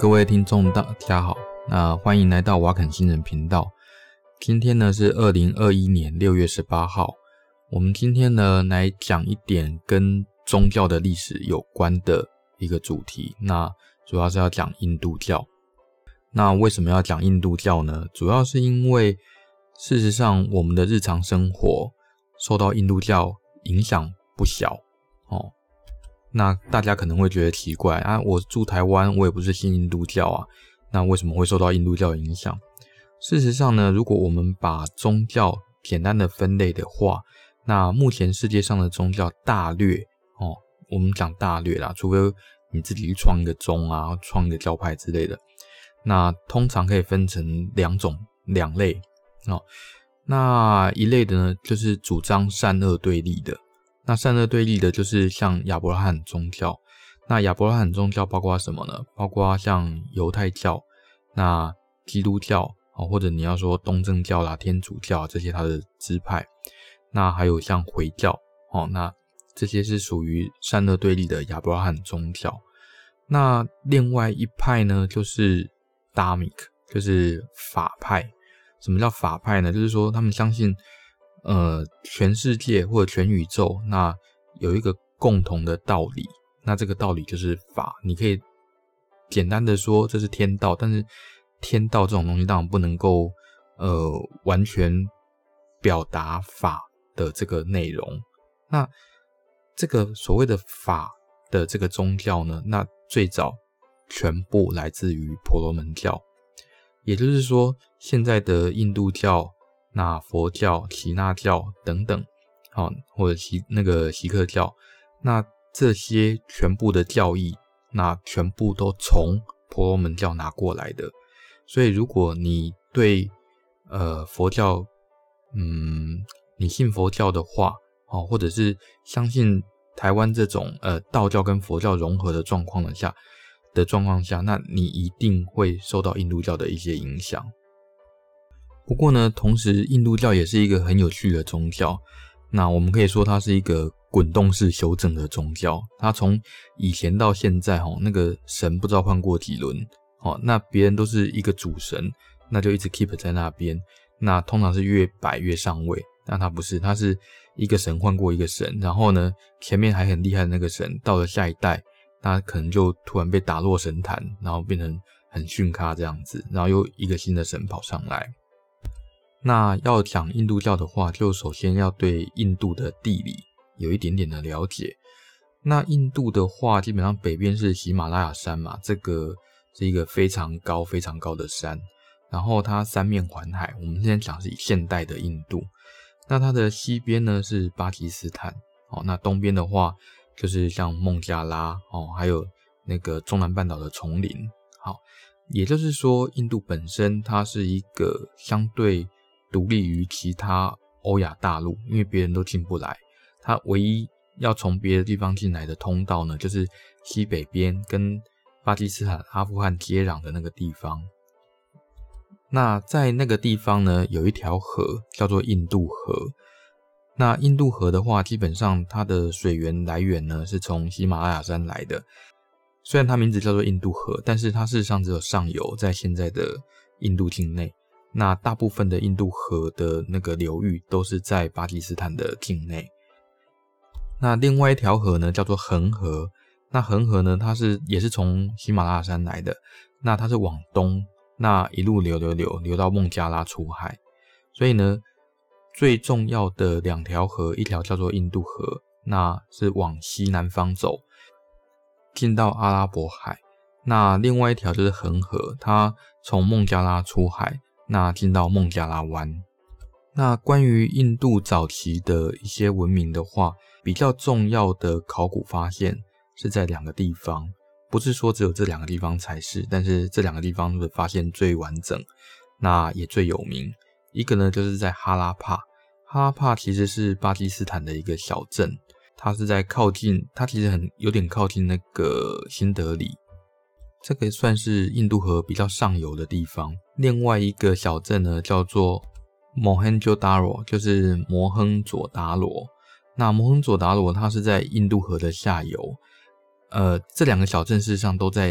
各位听众大家好，那欢迎来到瓦肯新人频道。今天呢是2021年6月18号，我们今天呢来讲一点跟宗教的历史有关的一个主题，那主要是要讲印度教。那为什么要讲印度教呢？主要是因为事实上我们的日常生活受到印度教影响不小哦。那大家可能会觉得奇怪啊，我住台湾，我也不是信印度教啊，那为什么会受到印度教影响？事实上呢，如果我们把宗教简单的分类的话，那目前世界上的宗教大略我们讲大略啦，除非你自己去创一个宗啊，创一个教派之类的，那通常可以分成两类那一类的呢，就是主张善恶对立的。那善恶对立的就是像亚伯拉罕宗教。那亚伯拉罕宗教包括什么呢？包括像犹太教、那基督教或者你要说东正教啦、天主教这些它的支派。那还有像回教那这些是属于善恶对立的亚伯拉罕宗教。那另外一派呢，就是 Dharmic， 就是法派。什么叫法派呢？就是说他们相信全世界或者全宇宙那有一个共同的道理，那这个道理就是法。你可以简单的说这是天道，但是天道这种东西当然不能够完全表达法的这个内容。那这个所谓的法的这个宗教呢，那最早全部来自于婆罗门教，也就是说现在的印度教、那佛教、耆那教等等或者锡克教，那这些全部的教义那全部都从婆罗门教拿过来的。所以如果你对佛教你信佛教的话或者是相信台湾这种道教跟佛教融合的状况下，那你一定会受到印度教的一些影响。不过呢，同时印度教也是一个很有趣的宗教。那我们可以说它是一个滚动式修正的宗教。它从以前到现在那个神不知道换过几轮那别人都是一个主神，那就一直 keep 在那边。那通常是越摆越上位，但它不是，它是一个神换过一个神，然后呢前面还很厉害的那个神到了下一代，他可能就突然被打落神坛，然后变成很逊咖这样子，然后又一个新的神跑上来。那要讲印度教的话，就首先要对印度的地理有一点点的了解。那印度的话，基本上北边是喜马拉雅山嘛，这个是一个非常高非常高的山，然后它三面环海。我们现在讲是现代的印度。那它的西边呢是巴基斯坦那东边的话就是像孟加拉还有那个中南半岛的丛林。也就是说印度本身它是一个相对独立于其他欧亚大陆，因为别人都进不来，它唯一要从别的地方进来的通道呢，就是西北边跟巴基斯坦、阿富汗接壤的那个地方。那在那个地方呢，有一条河叫做印度河。那印度河的话，基本上它的水源来源呢是从喜马拉雅山来的。虽然它名字叫做印度河，但是它事实上只有上游在现在的印度境内。那大部分的印度河的那个流域都是在巴基斯坦的境内。那另外一条河呢叫做恒河。那恒河呢它也是从喜马拉雅山来的，那它是往东，那一路流到孟加拉出海。所以呢最重要的两条河，一条叫做印度河，那是往西南方走进到阿拉伯海。那另外一条就是恒河，它从孟加拉出海，那进到孟加拉湾。那关于印度早期的一些文明的话，比较重要的考古发现是在两个地方，不是说只有这两个地方才是，但是这两个地方的发现最完整，那也最有名。一个呢就是在哈拉帕。哈拉帕其实是巴基斯坦的一个小镇，它是在它其实有点靠近那个新德里，这个算是印度河比较上游的地方。另外一个小镇呢叫做 Mohenjo-daro， 就是摩亨佐达罗。那摩亨佐达罗它是在印度河的下游。这两个小镇事实上都在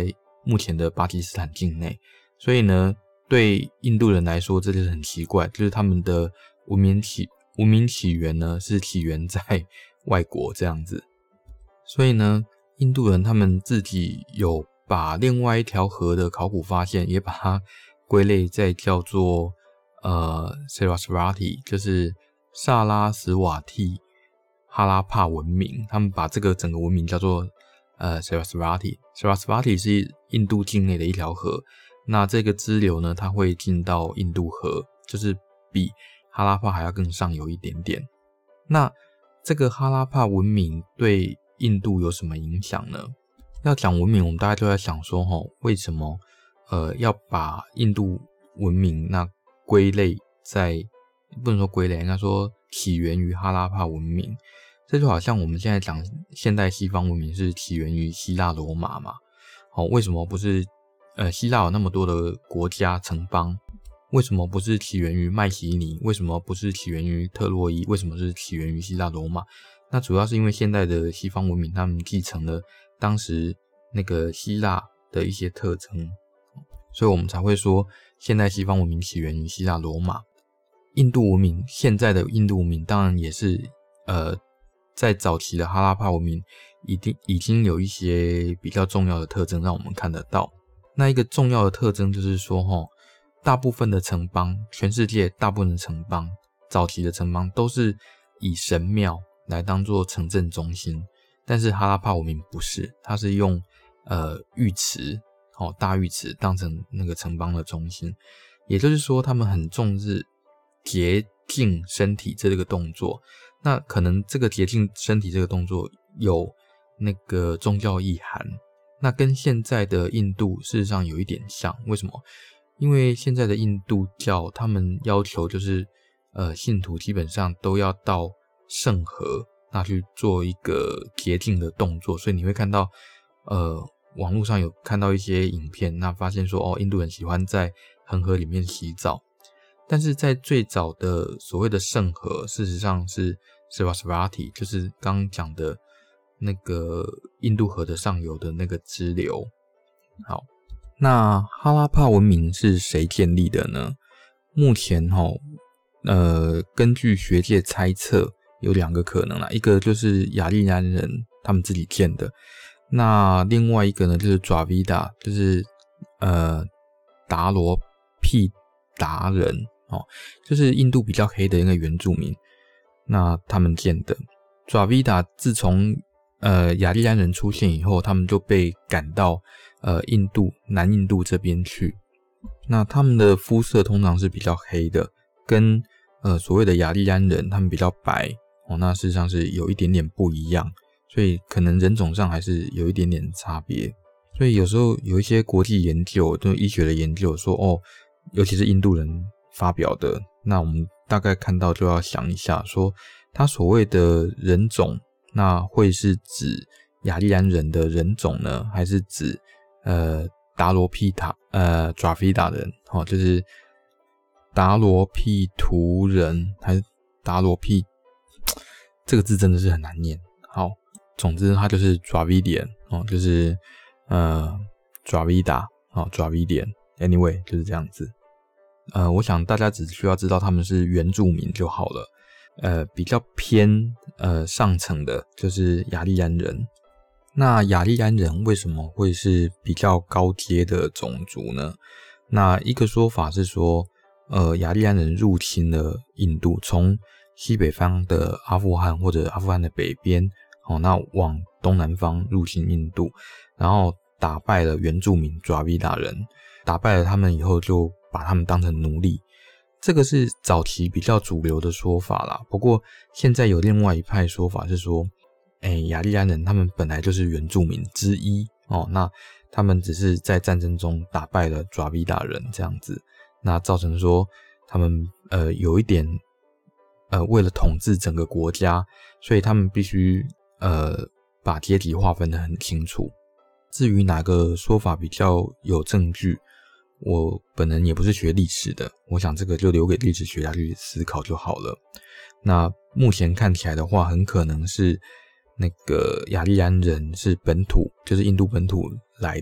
目前的巴基斯坦境内。所以呢，对印度人来说这就是很奇怪，就是他们的文明起源呢是起源在外国这样子。所以呢，印度人他们自己有把另外一条河的考古发现也把它归类在叫做Sarasvati， 就是萨拉斯瓦蒂哈拉帕文明，他们把这个整个文明叫做Sarasvati 是印度境内的一条河。那这个支流呢，它会进到印度河，就是比哈拉帕还要更上游一点点。那这个哈拉帕文明对印度有什么影响呢？要讲文明，我们大概就在想说为什么要把印度文明那归类在，不能说归类，应该说起源于哈拉帕文明。这就好像我们现在讲现代西方文明是起源于希腊罗马嘛。为什么不是希腊有那么多的国家城邦，为什么不是起源于麦西尼？为什么不是起源于特洛伊？为什么是起源于希腊罗马？那主要是因为现代的西方文明他们继承了当时那个希腊的一些特征，所以我们才会说现代西方文明起源于希腊罗马。印度文明，现在的印度文明当然也是在早期的哈拉帕文明已经有一些比较重要的特征让我们看得到。那一个重要的特征就是说大部分的城邦，全世界大部分的城邦，早期的城邦都是以神庙来当作城镇中心，但是哈拉帕文明不是，它是用浴池大浴池当成那个城邦的中心。也就是说他们很重视洁净身体这个动作。那可能这个洁净身体这个动作有那个宗教意涵，那跟现在的印度事实上有一点像。为什么？因为现在的印度教他们要求就是信徒基本上都要到圣河那去做一个洁净的动作，所以你会看到网络上有看到一些影片，那发现说印度人喜欢在恒河里面洗澡。但是在最早的所谓的圣河，事实上是 Sarasvati， 就是刚刚讲的那个印度河的上游的那个支流。好，那哈拉帕文明是谁建立的呢？目前根据学界猜测有两个可能啦，一个就是雅利安人他们自己建的，那另外一个呢就是爪维达，就是达罗毗达人就是印度比较黑的一个原住民，那他们建的。爪维达自从雅利安人出现以后，他们就被赶到南印度这边去。那他们的肤色通常是比较黑的，跟所谓的雅利安人他们比较白那事实上是有一点点不一样，所以可能人种上还是有一点点差别。所以有时候有一些国际研究，就医学的研究说尤其是印度人发表的，那我们大概看到就要想一下，说他所谓的人种，那会是指雅利安人的人种呢，还是指达罗毗爪维达人就是达罗毗荼人，还是达罗毗，这个字真的是很难念。好，总之它就是爪维点就是爪维达爪维点 anyway 就是这样子。我想大家只需要知道他们是原住民就好了。比较偏上层的就是雅利安人。那雅利安人为什么会是比较高阶的种族呢？那一个说法是说雅利安人入侵了印度，从西北方的阿富汗或者阿富汗的北边那往东南方入侵印度，然后打败了原住民爪维达人，打败了他们以后就把他们当成奴隶。这个是早期比较主流的说法啦，不过现在有另外一派说法是说雅利安人他们本来就是原住民之一那他们只是在战争中打败了爪维达人这样子，那造成说他们有一点为了统治整个国家，所以他们必须把阶级划分得很清楚。至于哪个说法比较有证据，我本人也不是学历史的，我想这个就留给历史学家去思考就好了。那目前看起来的话，很可能是那个雅利安人是本土，就是印度本土来的，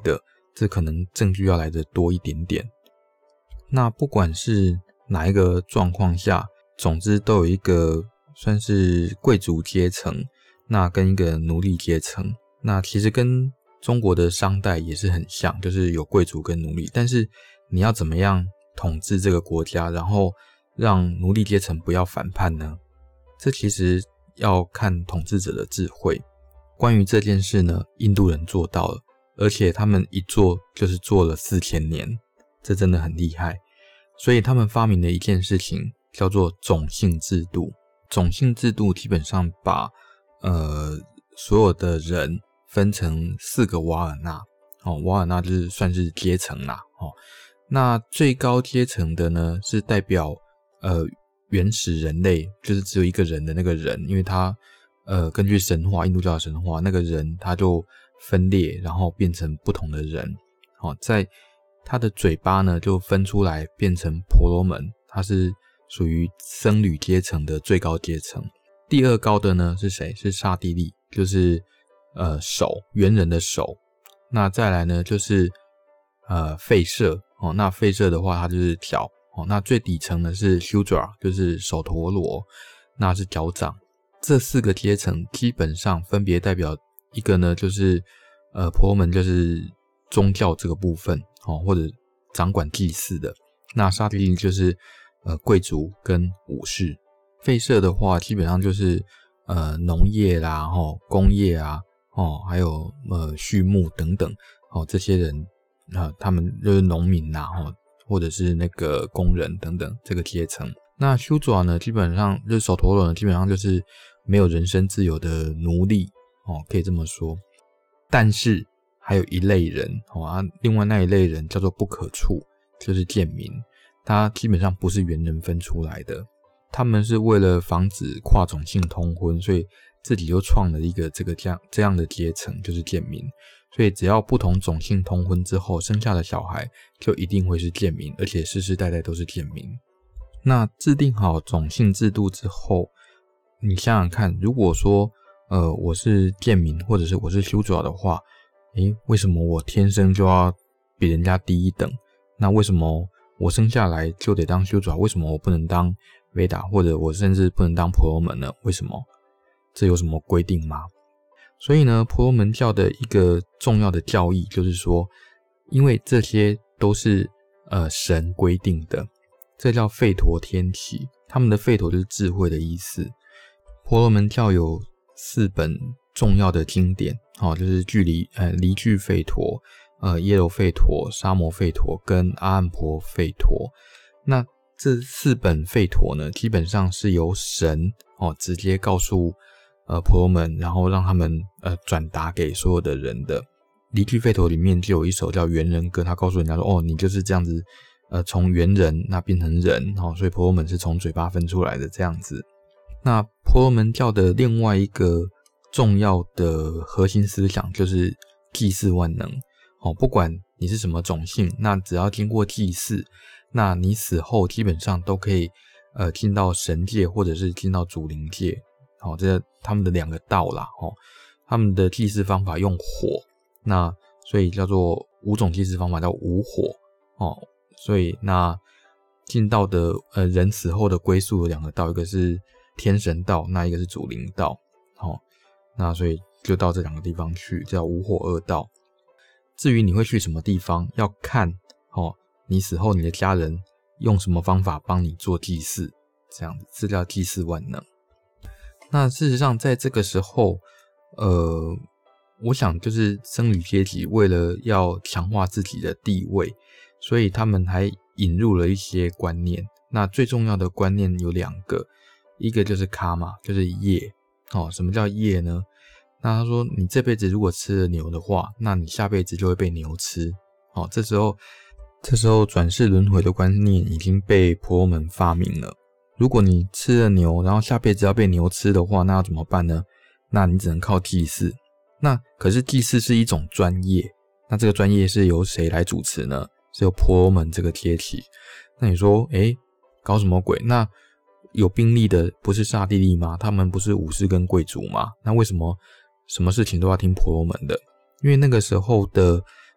这可能证据要来得多一点点。那不管是哪一个状况下，总之都有一个算是贵族阶层，那跟一个奴隶阶层。那其实跟中国的商代也是很像，就是有贵族跟奴隶，但是你要怎么样统治这个国家，然后让奴隶阶层不要反叛呢？这其实要看统治者的智慧。关于这件事呢，印度人做到了，而且他们一做就是做了4000年，这真的很厉害。所以他们发明了一件事情叫做种姓制度。种姓制度基本上把所有的人分成4个瓦尔纳，瓦尔纳就是算是阶层啦。那最高阶层的呢是代表原始人类，就是只有一个人的那个人，因为他根据神话，印度教的神话，那个人他就分裂，然后变成不同的人。在他的嘴巴呢就分出来变成婆罗门，他是属于僧侣阶层的最高阶层。第2高的呢是谁？是刹帝利，就是手，猿人的手。那再来呢就是吠舍，那吠舍的话它就是脚。那最底层呢是 Shudra， 就是手陀罗，那是脚掌。这4个阶层基本上分别代表一个呢就是婆罗门，就是宗教这个部分，或者掌管祭祀的。那刹帝利就是贵族跟武士。吠舍的话基本上就是农业啦，工业啊，还有畜牧等等，这些人他们就是农民啦，或者是那个工人等等这个阶层。那修爪呢基本上就是手陀罗呢，基本上就是没有人身自由的奴隶，可以这么说。但是还有一类人，另外那一类人叫做不可触，就是贱民，他基本上不是猿人分出来的，他们是为了防止跨种姓通婚，所以自己就创了一个这样的阶层，就是贱民。所以只要不同种姓通婚之后生下的小孩就一定会是贱民，而且世世代代都是贱民。那制定好种姓制度之后，你想想看，如果说我是贱民或者是我是修爪的话，为什么我天生就要比人家低一等？那为什么我生下来就得当修爪？为什么我不能当维达，或者我甚至不能当婆罗门呢？为什么？这有什么规定吗？所以呢，婆罗门教的一个重要的教义就是说，因为这些都是神规定的，这叫吠陀天启，他们的吠陀就是智慧的意思。婆罗门教有4本重要的经典，就是离俱吠陀、耶柔吠陀、沙摩吠陀跟阿汉婆吠陀。那这4本吠陀呢，基本上是由神直接告诉婆罗门，然后让他们转达给所有的人的。离俱吠陀里面就有一首叫猿人歌，他告诉人家说，你就是这样子从猿人那变成人，所以婆罗门是从嘴巴分出来的这样子。那婆罗门教的另外一个重要的核心思想就是祭祀万能，不管你是什么种姓，那只要经过祭祀，那你死后基本上都可以进到神界或者是进到主灵界。这是他们的2个道啦，他们的祭祀方法用火，那所以叫做5种祭祀方法叫5火，所以那进到的人死后的归宿有2个道，一个是天神道，那一个是主灵道，那所以就到这2个地方去，叫5火2道。至于你会去什么地方，要看你死后你的家人用什么方法帮你做祭祀，这样子，这叫祭祀万能。那事实上在这个时候我想就是僧侣阶级为了要强化自己的地位，所以他们还引入了一些观念。那最重要的观念有2个，一个就是卡玛，就是业。什么叫业呢？那他说你这辈子如果吃了牛的话，那你下辈子就会被牛吃。这时候转世轮回的观念已经被婆罗门发明了。如果你吃了牛，然后下辈子要被牛吃的话，那要怎么办呢？那你只能靠祭祀。那可是祭祀是一种专业，那这个专业是由谁来主持呢？是由婆罗门这个阶级。那你说搞什么鬼？那有兵力的不是刹帝利吗？他们不是武士跟贵族吗？那为什么什么事情都要听婆罗门的？因为那个时候的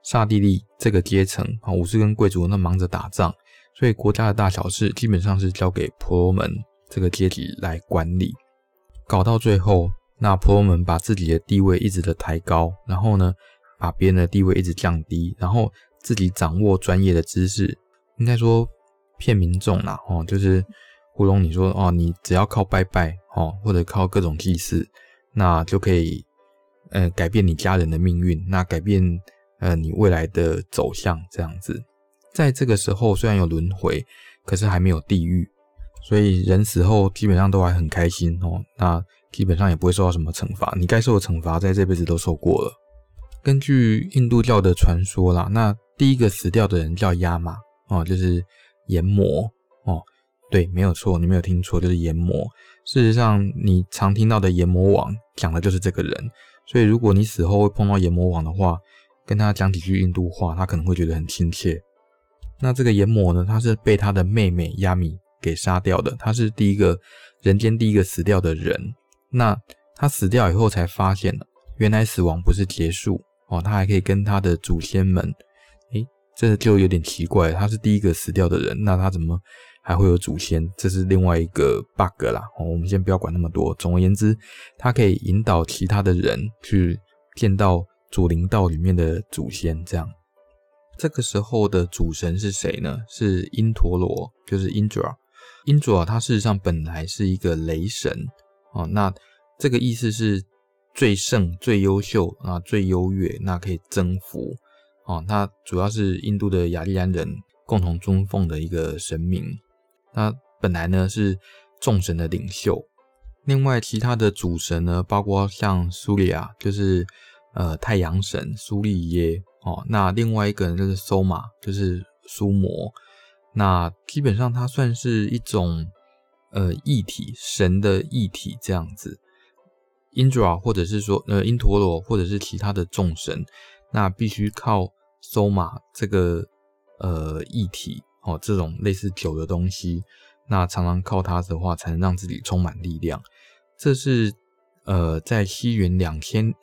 刹帝利这个阶层武士跟贵族那忙着打仗，所以国家的大小事基本上是交给婆罗门这个阶级来管理。搞到最后，那婆罗门把自己的地位一直的抬高，然后呢把别人的地位一直降低，然后自己掌握专业的知识，应该说骗民众啦就是糊弄你说你只要靠拜拜或者靠各种祭祀，那就可以改变你家人的命运，那改变你未来的走向这样子。在这个时候虽然有轮回，可是还没有地狱，所以人死后基本上都还很开心那基本上也不会受到什么惩罚，你该受的惩罚在这辈子都受过了。根据印度教的传说啦，那第一个死掉的人叫亚玛就是阎魔对，没有错，你没有听错，就是阎魔。事实上你常听到的阎魔王讲的就是这个人，所以如果你死后会碰到阎魔王的话，跟他讲几句印度话，他可能会觉得很亲切。那这个阎魔呢，他是被他的妹妹亚米给杀掉的，他是人间第一个死掉的人。那他死掉以后才发现原来死亡不是结束他还可以跟他的祖先们这就有点奇怪，他是第一个死掉的人，那他怎么还会有祖先？这是另外一个 bug 啦我们先不要管那么多。总而言之，他可以引导其他的人去见到祖灵道里面的祖先这样。这个时候的主神是谁呢？是因陀罗，就是 Indra。Indra 他事实上本来是一个雷神那这个意思是最圣、最优秀最优越，那可以征服他主要是印度的雅利安人共同尊奉的一个神明。那本来呢是众神的领袖。另外其他的主神呢，包括像苏里亚，就是太阳神苏利耶那另外一个人就是苏玛，就是苏摩。那基本上它算是一种异体，神的异体这样子。Indra 或者是说因陀罗或者是其他的众神，那必须靠苏玛这个异体这种类似酒的东西，那常常靠它的话才能让自己充满力量。这是在西元前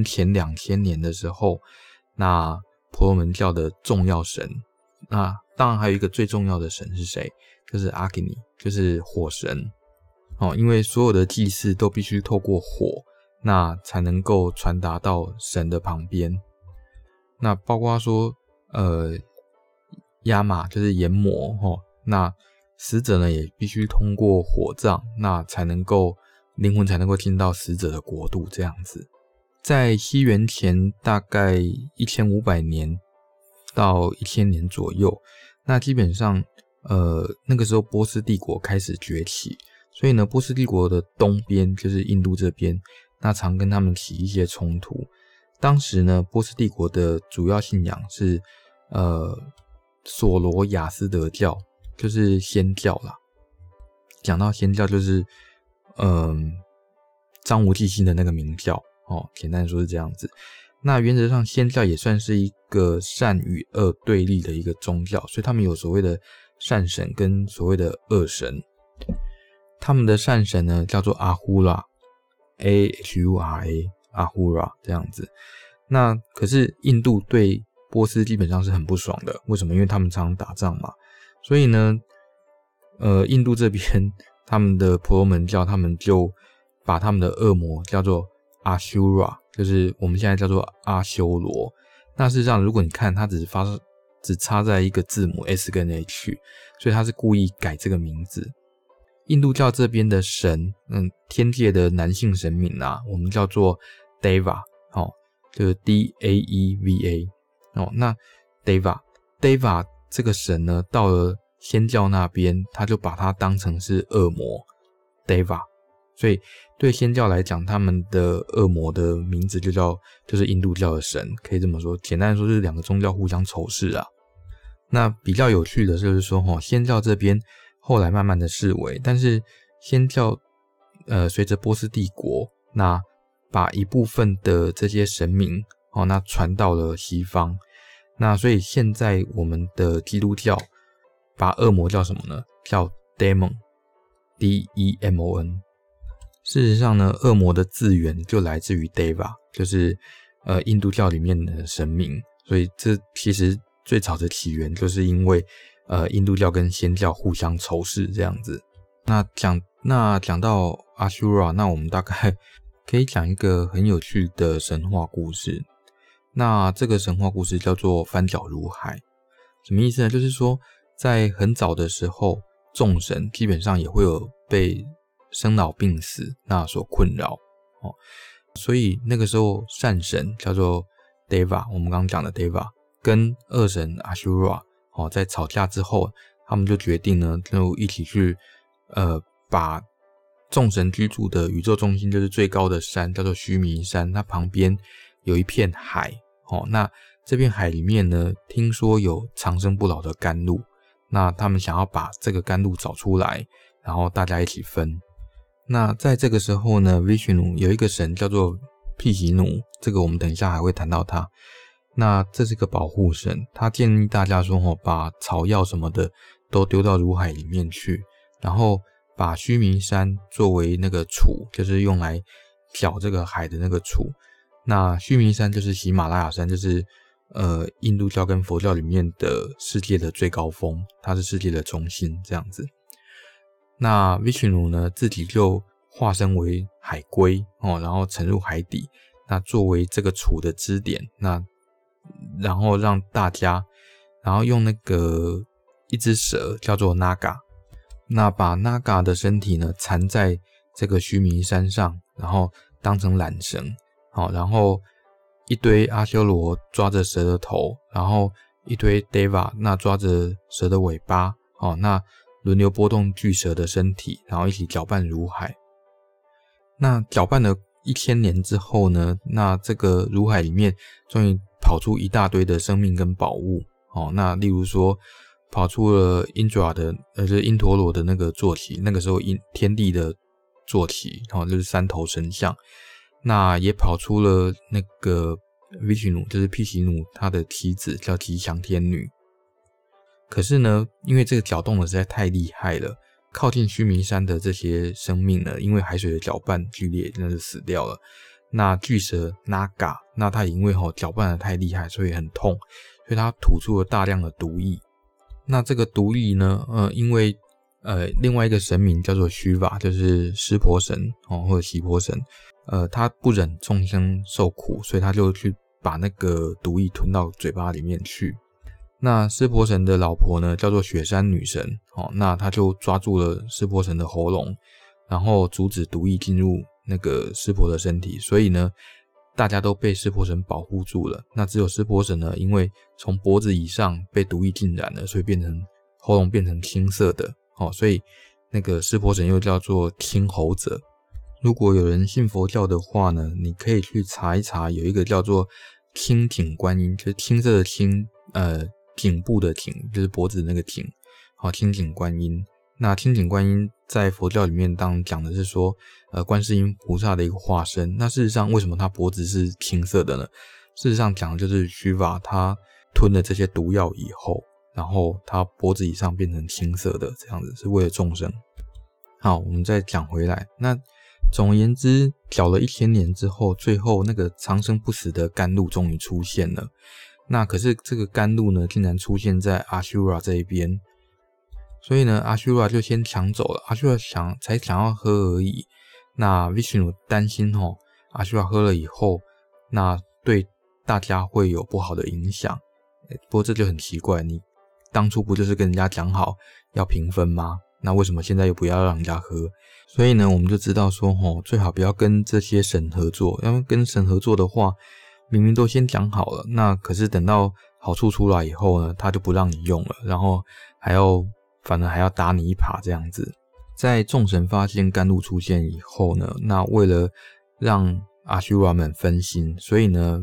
2000年的时候，那婆罗门教的重要神。那当然还有一个最重要的神是谁？就是阿基尼，就是火神因为所有的祭祀都必须透过火，那才能够传达到神的旁边。那包括说亚玛就是阎魔那死者呢也必须通过火葬，那灵魂才能够进到死者的国度这样子。在西元前大概1500年到1000年左右，那基本上那个时候波斯帝国开始崛起，所以呢波斯帝国的东边就是印度这边，那常跟他们起一些冲突。当时呢波斯帝国的主要信仰是索罗亚斯德教，就是仙教啦。讲到仙教就是张无忌信的那个明教简单说是这样子。那原则上仙教也算是一个善与恶对立的一个宗教，所以他们有所谓的善神跟所谓的恶神。他们的善神呢叫做阿呼拉 AHURA 阿呼拉这样子。那可是印度对波斯基本上是很不爽的，为什么？因为他们常常打仗嘛，所以呢印度这边他们的婆罗门教，他们就把他们的恶魔叫做阿修拉，就是我们现在叫做阿修罗。那事实上如果你看它只插在一个字母 S 跟 H， 所以他是故意改这个名字。印度教这边的神天界的男性神明我们叫做 Deva 就是 DAEVA那 Deva 这个神呢，到了仙教那边，他就把它当成是恶魔 Deva， 所以对仙教来讲，他们的恶魔的名字就是印度教的神，可以这么说。简单的说，就是两个宗教互相仇视啊。那比较有趣的就是说仙教这边后来慢慢的式微，但是仙教随着波斯帝国，那把一部分的这些神明那传到了西方。那所以现在我们的基督教把恶魔叫什么呢？叫 Demon D-E-M-O-N。 事实上呢，恶魔的字源就来自于 Deva， 就是印度教里面的神明， 所以这其实最早的起源就是因为印度教跟仙教互相仇视这样子。那讲到 Ashura， 那我们大概可以讲一个很有趣的神话故事。那这个神话故事叫做翻搅如海。什么意思呢？就是说在很早的时候，众神基本上也会有被生老病死那所困扰所以那个时候善神叫做 Deva， 我们刚刚讲的 Deva 跟恶神 Ashura 在吵架之后，他们就决定呢，就一起去把众神居住的宇宙中心，就是最高的山叫做须弥山，它旁边有一片海那这片海里面呢，听说有长生不老的甘露，那他们想要把这个甘露找出来，然后大家一起分。那在这个时候呢 Vishnu 有一个神叫做毗湿奴，这个我们等一下还会谈到他。那这是个保护神，他建议大家说把草药什么的都丢到如海里面去，然后把须弥山作为那个杵，就是用来搅这个海的那个杵。那须弥山就是喜马拉雅山，就是印度教跟佛教里面的世界的最高峰，它是世界的中心这样子。那 Vishnu 呢自己就化身为海龟然后沉入海底，那作为这个杵的支点，那然后让大家，然后用那个一只蛇叫做 Naga， 那把 Naga 的身体呢缠在这个须弥山上，然后当成缆绳然后一堆阿修罗抓着蛇的头，然后一堆 Deva 那抓着蛇的尾巴那轮流拨动巨蛇的身体，然后一起搅拌如海。那搅拌了1000年之后呢，那这个如海里面终于跑出一大堆的生命跟宝物那例如说跑出了Indra的就是因陀罗的那个坐骑，那个时候天地的坐骑就是3头神像。那也跑出了那个 Vishnu， 就是毗湿奴他的妻子叫吉祥天女。可是呢，因为这个搅动的实在太厉害了，靠近须弥山的这些生命呢，因为海水的搅拌剧烈，那就死掉了。那巨蛇 Naga， 那它因为搅拌的太厉害，所以很痛，所以它吐出了大量的毒液。那这个毒液呢，因为另外一个神明叫做Shiva，就是湿婆神或者喜婆神，他不忍众生受苦，所以他就去把那个毒液吞到嘴巴里面去。那湿婆神的老婆呢叫做雪山女神那他就抓住了湿婆神的喉咙，然后阻止毒液进入那个湿婆的身体，所以呢大家都被湿婆神保护住了。那只有湿婆神呢，因为从脖子以上被毒液浸染了，所以喉咙变成青色的所以那个湿婆神又叫做青喉者。如果有人信佛教的话呢，你可以去查一查，有一个叫做青井观音，就是青色的青颈部的颈，就是脖子的那个颈青井观音。那青井观音在佛教里面当然讲的是说观世音菩萨的一个化身。那事实上为什么他脖子是青色的呢？事实上讲的就是 Shiva 他吞了这些毒药以后，然后他脖子以上变成青色的，这样子是为了众生。好，我们再讲回来。那总而言之，搅了1000年之后，最后那个长生不死的甘露终于出现了。那可是这个甘露呢，竟然出现在 Ashura 这一边，所以呢 Ashura 就先抢走了。Ashura 才想要喝而已。那 Vishnu 担心Ashura 喝了以后，那对大家会有不好的影响。不过这就很奇怪，你当初不就是跟人家讲好要平分吗？那为什么现在又不要让人家喝？所以呢，我们就知道说最好不要跟这些神合作。要跟神合作的话，明明都先讲好了，那可是等到好处出来以后呢，他就不让你用了，然后反而还要打你一耙这样子。在众神发现甘露出现以后呢，那为了让阿修罗们分心，所以呢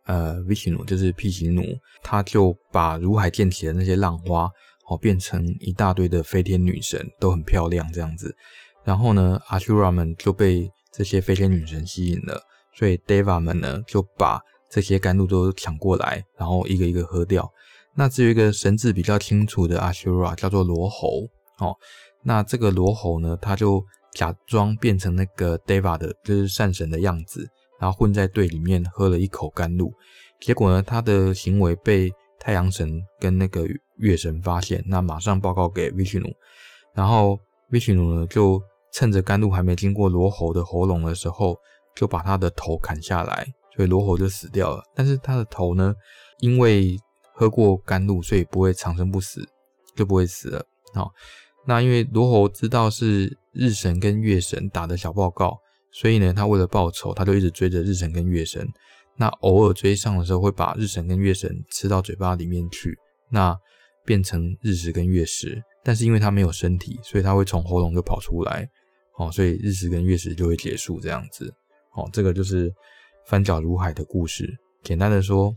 Vishnu 就是毗湿奴，他就把如海溅起的那些浪花变成一大堆的飞天女神，都很漂亮这样子。然后呢，阿修罗们就被这些飞天女神吸引了，所以 Deva 们呢就把这些甘露都抢过来，然后一个一个喝掉。那只有一个神智比较清楚的阿修罗叫做罗喉那这个罗喉呢，他就假装变成那个 Deva 的就是善神的样子，然后混在队里面喝了一口甘露。 结果呢，他的行为被太阳神跟那个月神发现，那马上报告给 Vishnu， 然后 Vishnu 呢就趁着甘露还没经过罗喉的喉咙的时候，就把他的头砍下来，所以罗喉就死掉了。但是他的头呢，因为喝过甘露，所以不会长生不死，就不会死了。那因为罗喉知道是日神跟月神打的小报告，所以呢，他为了报仇，他就一直追着日神跟月神。那偶尔追上的时候，会把日神跟月神吃到嘴巴里面去，那变成日食跟月食。但是因为他没有身体，所以他会从喉咙就跑出来，所以日食跟月食就会结束这样子。这个就是翻搅如海的故事。简单的说，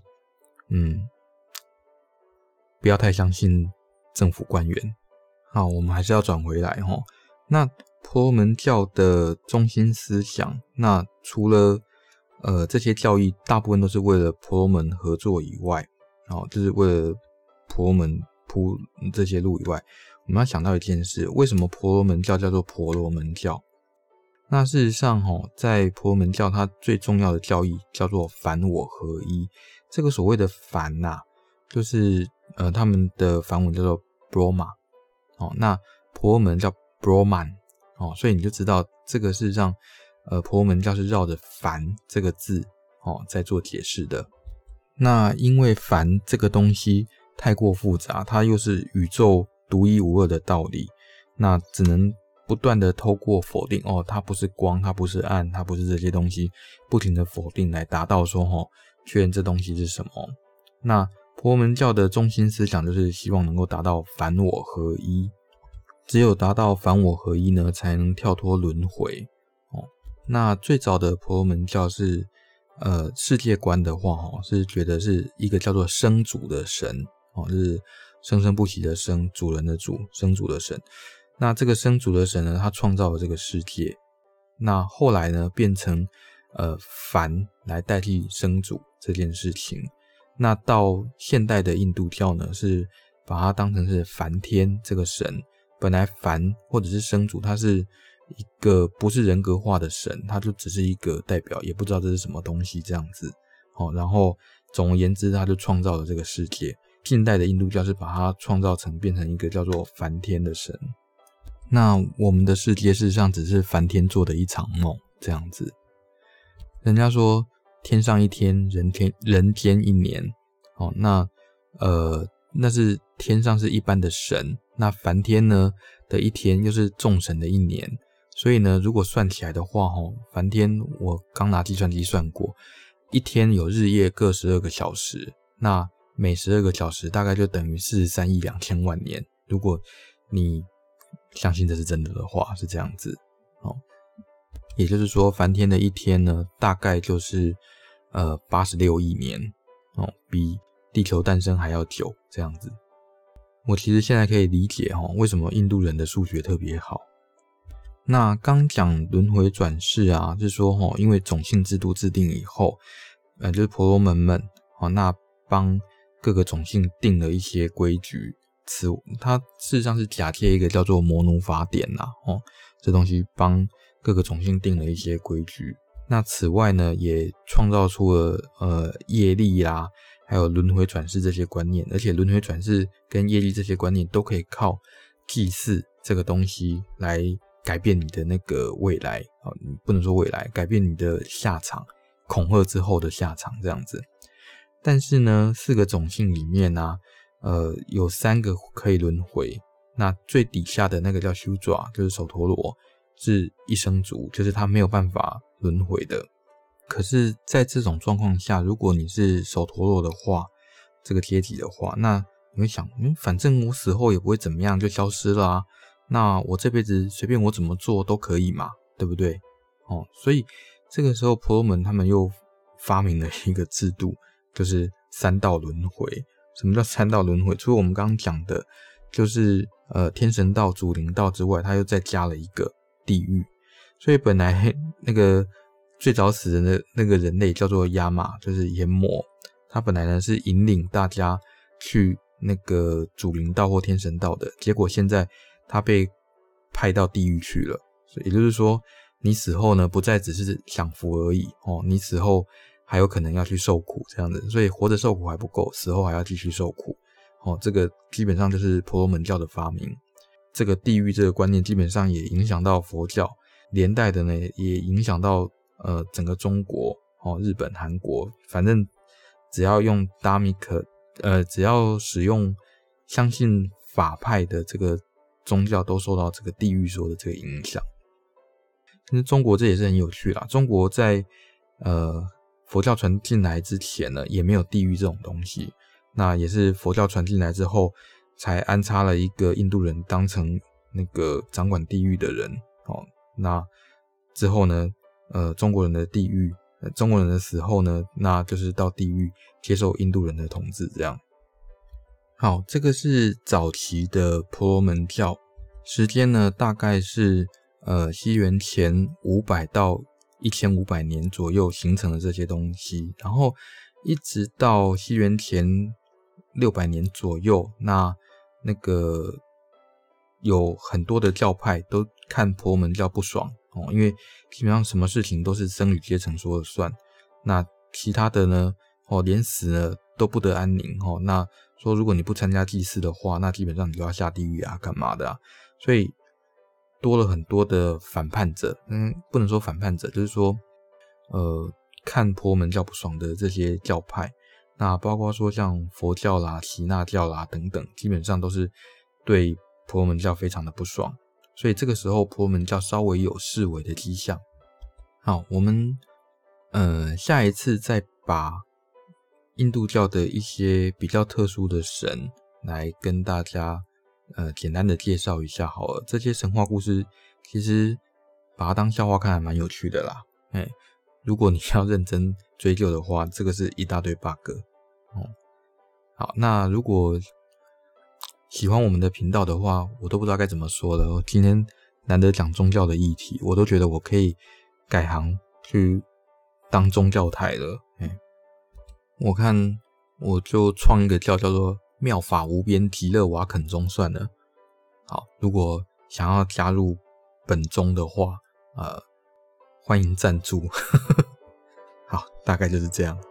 不要太相信政府官员。好，我们还是要转回来。那婆罗门教的中心思想，那除了这些教义大部分都是为了婆罗门合作以外，就是为了婆罗门铺这些路以外，我们要想到一件事，为什么婆罗门教叫做婆罗门教？那事实上在婆罗门教它最重要的教义叫做梵我合一。这个所谓的梵就是他们的梵文叫做 Brahma，那婆罗门叫 Brahman，所以你就知道这个事实上婆罗门教是绕着梵这个字在做解释的。那因为梵这个东西太过复杂，它又是宇宙独一无二的道理，那只能不断的透过否定它不是光，它不是暗，它不是这些东西，不停的否定来达到说确认这东西是什么。那婆罗门教的中心思想就是希望能够达到梵我合一，只有达到梵我合一呢，才能跳脱轮回。那最早的婆罗门教是世界观的话是觉得是一个叫做生主的神，就是生生不息的生，主人的主，生主的神。那这个生主的神呢，他创造了这个世界，那后来呢变成梵来代替生主这件事情。那到现代的印度教呢，是把它当成是梵天这个神。本来梵或者是生主，它是一个不是人格化的神，它就只是一个代表，也不知道这是什么东西这样子。然后总而言之，他就创造了这个世界。近代的印度教是把它创造成变成一个叫做梵天的神。那我们的世界事实上只是梵天做的一场梦这样子。人家说天上一天，人间一年。那是天上是一般的神，那梵天呢的一天又是众神的一年。所以呢，如果算起来的话梵天我刚拿计算机算过，一天有日夜各12个小时，那每12个小时大概就等于43亿2000万年。如果你相信这是真的的话，是这样子。也就是说梵天的一天呢，大概就是86亿年，比地球诞生还要久这样子。我其实现在可以理解为什么印度人的数学特别好。那刚讲轮回转世就是说因为种姓制度制定以后，就是婆罗门们那帮各个种姓定了一些规矩，它事实上是假借一个叫做摩奴法典这东西帮各个种姓定了一些规矩。那此外呢，也创造出了业力啦，还有轮回转世这些观念，而且轮回转世跟业力这些观念都可以靠祭祀这个东西来改变你的那个未来，不能说未来，改变你的下场，恐吓之后的下场这样子。但是呢，4个种姓里面有3个可以轮回，那最底下的那个叫修爪，就是首陀罗，是一生族，就是他没有办法轮回的。可是在这种状况下，如果你是首陀罗的话，这个阶级的话，那你会想反正我死后也不会怎么样，就消失了那我这辈子随便我怎么做都可以嘛，对不对？所以这个时候婆罗门他们又发明了一个制度，就是3道轮回。什么叫3道轮回？除了我们刚刚讲的就是天神道、主灵道之外，他又再加了一个地狱。所以本来那个最早死的那个人类叫做亚玛，就是阎魔，他本来呢是引领大家去那个主灵道或天神道的，结果现在他被派到地狱去了。所以也就是说，你死后呢不再只是享福而已你死后还有可能要去受苦这样子，所以活着受苦还不够，死后还要继续受苦。这个基本上就是婆罗门教的发明。这个地狱这个观念基本上也影响到佛教，连带的呢也影响到整个中国、日本、韩国，反正只要用只要使用相信法派的这个宗教，都受到这个地狱说的这个影响。其实中国这也是很有趣啦，中国在佛教传进来之前呢，也没有地狱这种东西，那也是佛教传进来之后才安插了一个印度人当成那个掌管地狱的人。那之后呢中国人的地狱，中国人的死后呢，那就是到地狱接受印度人的统治这样。好，这个是早期的婆罗门教，时间呢大概是西元前500到1500年左右形成的这些东西，然后一直到西元前600年左右，那个有很多的教派都看婆罗门教不爽因为基本上什么事情都是僧侣阶层说了算，那其他的呢连死呢都不得安宁那说如果你不参加祭祀的话，那基本上你就要下地狱啊干嘛的啊，所以多了很多的反叛者，不能说反叛者，就是说看婆罗门教不爽的这些教派，那包括说像佛教啦、耆那教啦等等，基本上都是对婆罗门教非常的不爽，所以这个时候婆罗门教稍微有式微的迹象。好，我们下一次再把印度教的一些比较特殊的神来跟大家简单的介绍一下好了。这些神话故事其实把它当笑话看还蛮有趣的啦。如果你要认真追究的话，这个是一大堆 bug。好，那如果喜欢我们的频道的话，我都不知道该怎么说了。我今天难得讲宗教的议题，我都觉得我可以改行去当宗教台了。我看我就创一个教叫做妙法无边极乐瓦肯宗算了。好，如果想要加入本宗的话，欢迎赞助。好，大概就是这样。